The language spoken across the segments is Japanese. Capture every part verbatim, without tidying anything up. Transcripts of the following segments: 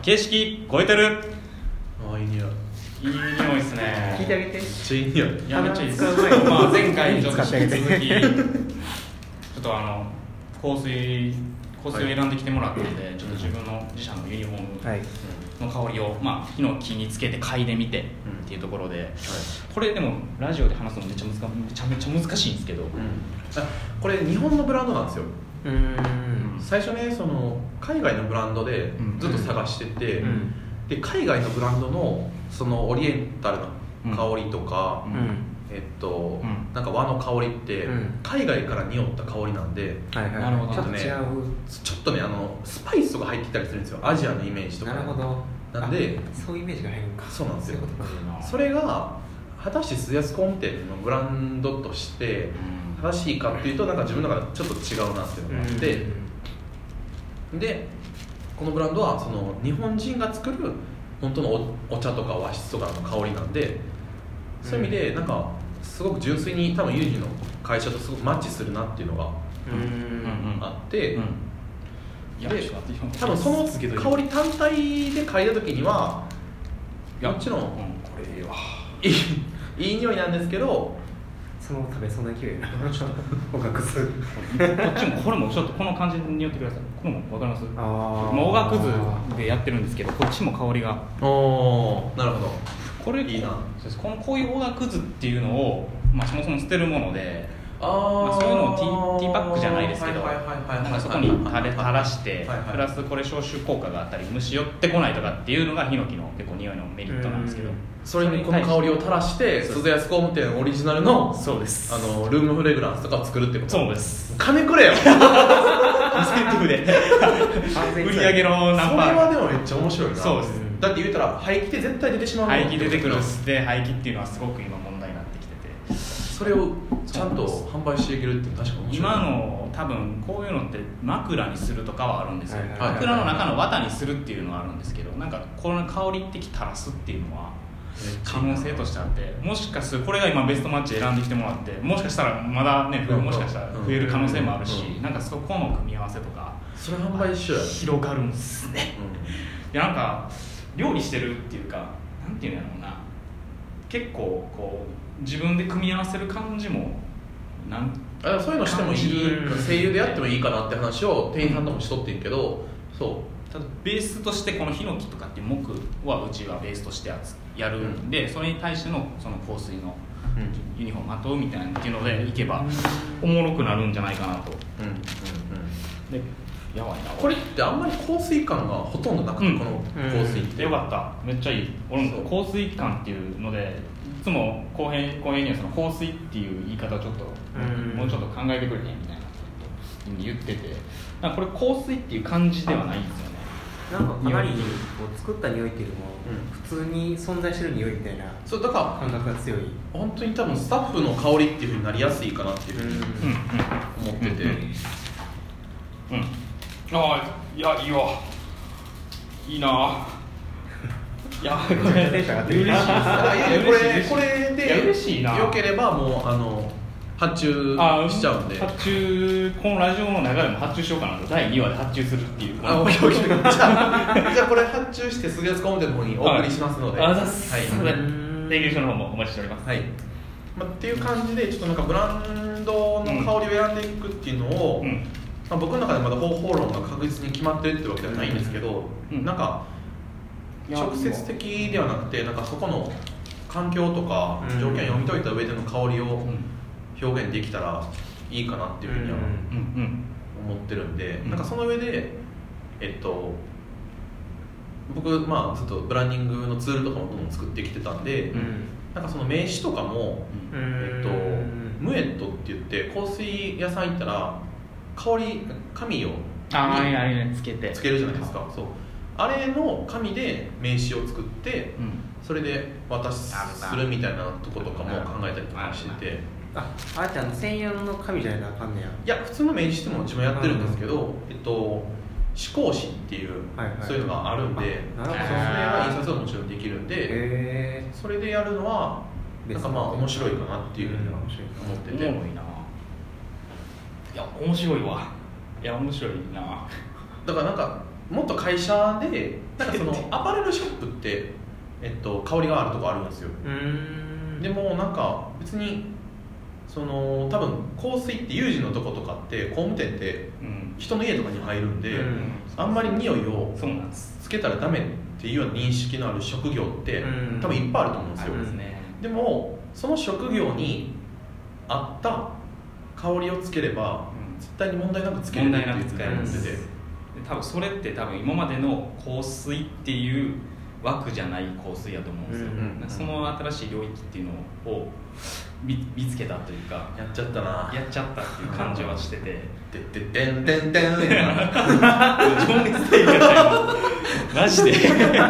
形式超えてる。 あ、いい匂い。 いい匂いですね。 聞いてあげて。 めっちゃいい匂い。 いやめっちゃいいです。 使う前にまあ前回ちょっと引き続使ってきちょっとあの香水香水を選んできてもらったので、はい、ちょっと自分の自社のユニフォームの香りを、まあ、ヒノキにつけて嗅いでみてっていうところで、うんはい、これでもラジオで話すのめちゃめちゃめちゃめちゃ難しいんですけど、うん、 あこれ日本のブランドなんですよ。 うーん最初ね、その海外のブランドでずっと探してて、うん、で海外のブランドのそのオリエンタルな香りとか、うん、えっと、うん、なんか和の香りって海外から匂った香りなんで、 はいはい、 なるほど、 ちょっとね、ちょっとね、あのスパイスとか入ってきたりするんですよ、アジアのイメージとか。 なるほど。 なんでそういうイメージが入るんか。 そうなんですよ。それが果たしてスヤス工務店のブランドとして正しいかっていうと、なんか自分の中でちょっと違うなっていうのがあって、うん、でこのブランドはその日本人が作る本当の お, お茶とか和室とかの香りなんで、そういう意味でなんかすごく純粋に多分ユージの会社とすごくマッチするなっていうのがあって、うんうんうん、で多分その香り単体で嗅いだ時にはもちろん、うん、これいいわいい、いい匂いなんですけど、 その食べそうな勢いなおがくずこっちもこれもちょっとこの感じに匂ってください。これも分かります？あおがくずでやってるんですけど、こっちも香りが。 おー、なるほど。これいいな。 このこういうおがくずっていうのを、まあ、そもそも捨てるもので、 あ、 まあ、そういうのをティー、ティーパックじゃないですけど、そこに垂らして、プラスこれ消臭効果があったり虫寄ってこないとかっていうのがヒノキの結構匂いのメリットなんですけど、 それにこの香りを垂らして鈴安工務店オリジナルのそうですあのルームフレグランスとかを作るってこと。 そうです。 金くれよインセンティブで売り上げのナンバー。 それはでもめっちゃ面白いな。 そうです。 だって言うたら廃棄で絶対出てしまう。 廃棄出てくるんですで、廃棄っていうのはすごく今問題になってきてて、 それをちゃんと販売していけるって確かに面白い。 今の多分こういうのって枕にするとかはあるんですよ、はいはいはいはい、枕の中の綿にするっていうのはあるんですけど、なんかこの香り的垂らすっていうのは可能性としてあって、もしかするとこれが今ベストマッチ選んできてもらって、もしかしたらまだね、もしかしたら増える可能性もあるし、なんかそこの組み合わせとかそれ販売しようや広がるんですね、うん、いやなんか料理してるっていうか、なんていうんだろうな、結構こう自分で組み合わせる感じもなんあそういうのしてもいい、声優でやってもいいかなって話を店員さんともしとってんけど、そうただベースとしてこのヒノキとかっていう木はうちはベースとしてやるんで、うん、それに対してのその香水のユニフォームまとうみたいなっていうのでいけばおもろくなるんじゃないかなと、うんうんうん、でやばいな。 これってあんまり香水感がほとんどなくて、うん、この香水って、 うん、よかった、めっちゃいい。俺も香水感っていうのでいつも後編後編にはその香水っていう言い方をちょっと、うん、もうちょっと考えてくれへんみたいなこと言ってて、なんかこれ香水っていう感じではないんですよね。 なんかかなりこう作った匂いっていうのも、うん、普通に存在してる匂いみたいなそうだから感覚が強い。 本当に多分スタッフの香りっていう風になりやすいかなっていうふうに思ってて、うん、うんうんああ、いや、いいわ、いいな。いや、これ嬉しいです。これこれで嬉しいな。 よければもうあの発注しちゃうんで。 発注このラジオの中でも発注しようかなと。だいにわで発注するっていう。 あ、オッケーオッケー。じゃあじゃあこれ発注して杉安工務店の方にお送りしますので。 あ、ざっす。はい。レギュレーションの方もお待ちしております。 はい。まあ、っていう感じでちょっとなんかブランドの香りを選んでいくっていうのを。うんうん、まあ、僕の中でまだ方法論が確実に決まってるってわけではないんですけど、うん、なんか直接的ではなくて、なんかそこの環境とか条件を読み解いた上での香りを表現できたらいいかなっていうふうには思ってるんで、なんかその上でえっと僕まあずっとブランディングのツールとかもどんどん作ってきてたんで、なんかその名刺とかもえっとムエットって言って香水屋さん行ったら香り紙をああれつけてつけるじゃないですか。そうあれの紙で名刺を作って、うん、それで渡しするみたいなとことかも考えたりとかしてて、 ああーちゃん専用の紙じゃないとあかんねや。 いや普通の名刺でも自分やってるんですけど、えっと試行紙っていう、はいはい、そういうのがあるんで、それは印刷はもちろんできるんで、それでやるのはなんかまあ面白いかなっていうふうに思ってて、 おもろいな。いや面白いわ。いや面白いな。 だからなんかもっと会社でなんかそのアパレルショップって、えっと、香りがあるとこあるんですよ。うーんでもなんか別にその多分香水って有事のとことかって工務店って人の家とかに入るんで、うん、あんまり匂いをつけたらダメっていうような認識のある職業って多分いっぱいあると思うんですよ、うん、でもその職業に合った香りをつければ、うん、絶対に問題なくつけれるっていうふうに思ってて、 多分それって多分今までの香水っていう枠じゃない香水やと思うんですよ、うんうんうん、その新しい領域っていうのを 見, 見つけたというかやっちゃったなやっちゃったっていう感じはしてててっててんてんてんてん情熱大陸だよマジで名前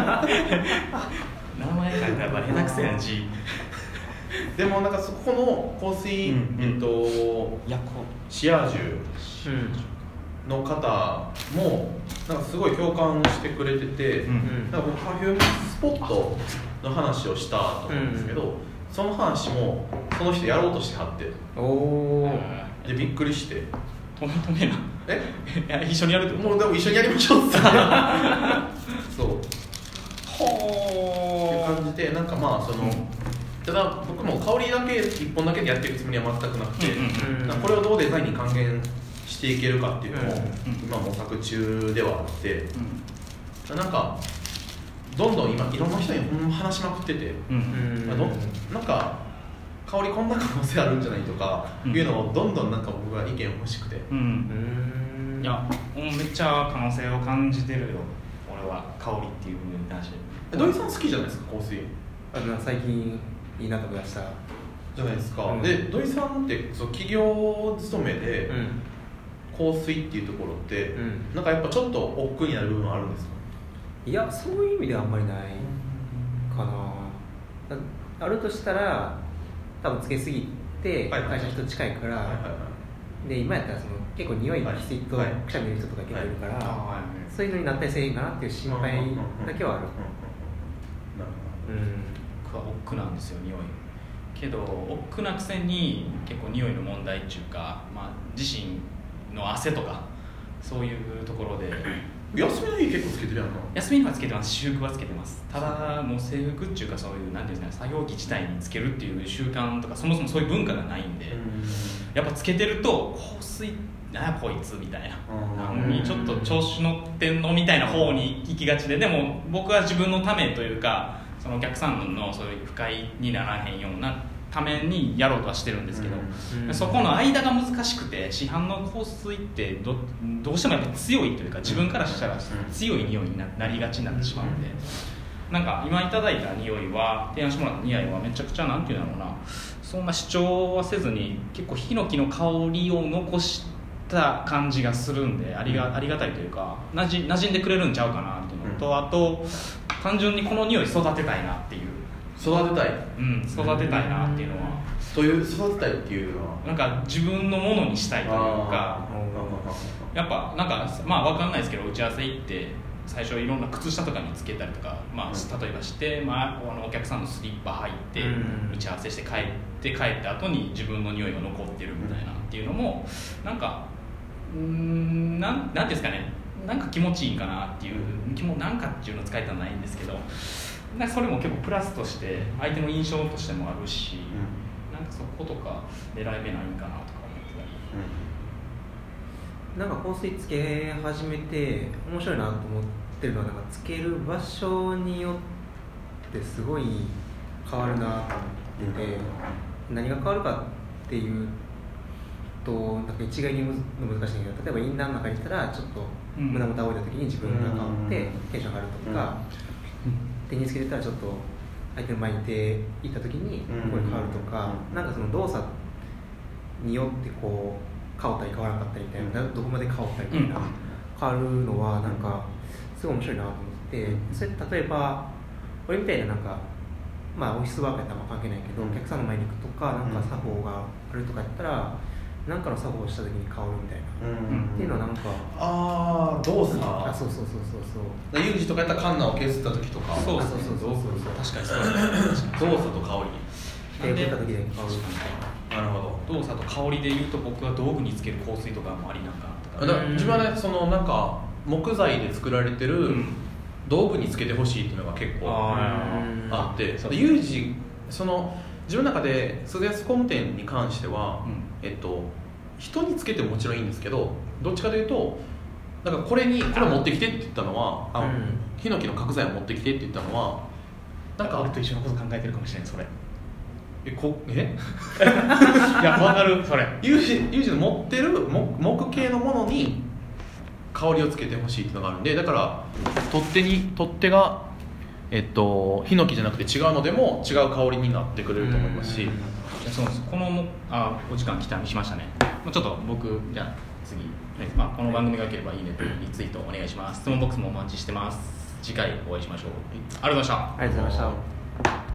書いたらやっぱ下手くせやん字でもなんかそこの香水、うんうん、えっといやシアージュの方もなんかすごい共感してくれてて、うんうん、なんか僕 Perfume スポットの話をしたと思うんですけど、うんうん、その話もその人やろうとしてはっておでびっくりして止め止めなえいや一緒にやるってもうでも一緒にやりましょうってそうほーっていう感じでなんかまあその、うん、ただ僕も香りだけ一本だけでやっていくつもりは全くなくて、うんうんうん、これをどうデザインに還元していけるかっていうのを今模索中ではあって、うん、なんかどんどん今いろんな人に話しまくってて、うん、どなんか香りこんな可能性あるんじゃないとかいうのをどんどんなんか僕は意見欲しくて、うんうん、いやめっちゃ可能性を感じてるよ俺は香りっていう部分に関して。 土井さん好きじゃないですか香水。 あの最近いいなと思いましたじゃないですか、うん、で土井さんってそう企業勤めで、うん香水っていうところって、うん、なんかやっぱちょっと億劫になる部分はあるんですか？ いやそういう意味ではあんまりないかな。あるとしたら多分つけすぎて会社人近いから、はいはいはい、で今やったらその結構匂いがきついとくしゃみる人とか結構いるから、はいはい、そういうのになったりせえへんかなっていう心配だけはある。 僕は億劫なんですよ匂いけど億劫なくせに結構匂いの問題っていうか、まあ、自身の汗とかそういうところで休みの日結構つけてるやんな。 休みの日はつけてます。私服はつけてます。ただもう制服っていうかそういうなんていうんですかね、作業着自体につけるっていう習慣とかそもそもそういう文化がないんで、やっぱつけてると香水なんやこいつみたいな、何にちょっと調子乗ってんのみたいな方に行きがちで、でも僕は自分のためというかそのお客さんのそういう不快にならへんようなためにやろうとはしてるんですけど、うん、そこの間が難しくて、市販の香水って ど, どうしてもやっぱ強いというか自分からしたら強い匂いに な, なりがちになってしまうんで、なんか今いただいた匂いは提案してもらった匂いはめちゃくちゃなんていうんだろうな、そんな主張はせずに結構ヒノキの香りを残した感じがするんで、あり が, ありがたいというかなじ馴染んでくれるんちゃうかなっていうのと、うん、あと単純にこの匂い育てたいなっていう、 育てたい、 うん、育てたいなっていうのは、 そういう育てたいっていうのはなんか自分のものにしたいというか、やっぱなんかまあ分かんないですけど、打ち合わせ行って最初いろんな靴下とかにつけたりとか、まあ、例えばして、まあ、あのお客さんのスリッパ履いて打ち合わせして帰って帰った後に自分の匂いが残ってるみたいなっていうのもなんかうーんなんなんていうんですかね、なんか気持ちいいんかなっていう気もなんかっていうの使いたらないんですけど、なんかそれも結構プラスとして相手の印象としてもあるし、うん、なんかそことか狙い目ないんかなとか思ってたり、 うん、なんか香水つけ始めて面白いなと思ってるのは、なんかつける場所によってすごい変わるなと思ってて、うん、何が変わるかっていうとなんか一概にむ難しいんだけど、例えばインナーの中にいたらちょっと胸元が置いた時に自分が変わってテンション上がるとか、うんうん手につけてたらちょっと相手の前に手いった時にこれ変わるとか、うん、なんかその動作によってこう香ったり変わらなかったりみたいな、どこまで香ったりみたいな変わるのはなんかすごい面白いなと思って、それ例えば俺みたいななんかまあオフィスワークやったら関係ないけど、お客さんの前に行くとかなんか作法があるとかやったらなんかの作法をした時に香るみたいな、うん、っていうのはなんかああ動作、 あそうそうそうそうそう有事とかやったらカンナを削った時とか、 そうそうそうそうそう確かにそう動作と香り手を振った時で香るみたいな。なるほど。動作と香りでいうと僕は道具につける香水とかもありなんかなとか、 だ自分はねそのなんか木材で作られてる道具につけてほしいっていうのが結構あって、で有事その自分の中で鈴安工務店に関しては、うん、えっと人につけてももちろんいいんですけど、どっちかというとなんかこれにこれ持ってきてって言ったのは、あ、うん、ヒノキの角材を持ってきてって言ったのはなんか俺と一緒のこと考えてるかもしれない。それえこえいや分かる。それ有事の持ってる 木, 木系のものに香りをつけてほしいっていうのがあるんで、だから取っ手に取っ手がえっとヒノキじゃなくて違うのでも違う香りになってくれると思いますし、いやそうです。このもあお時間来たしましたね。ちょっと僕じゃあ次、まあ、この番組が良ければいいねとリツイートお願いします。質問ボックスもお待ちしてます。次回お会いしましょう。ありがとうございました。 ありがとうございました。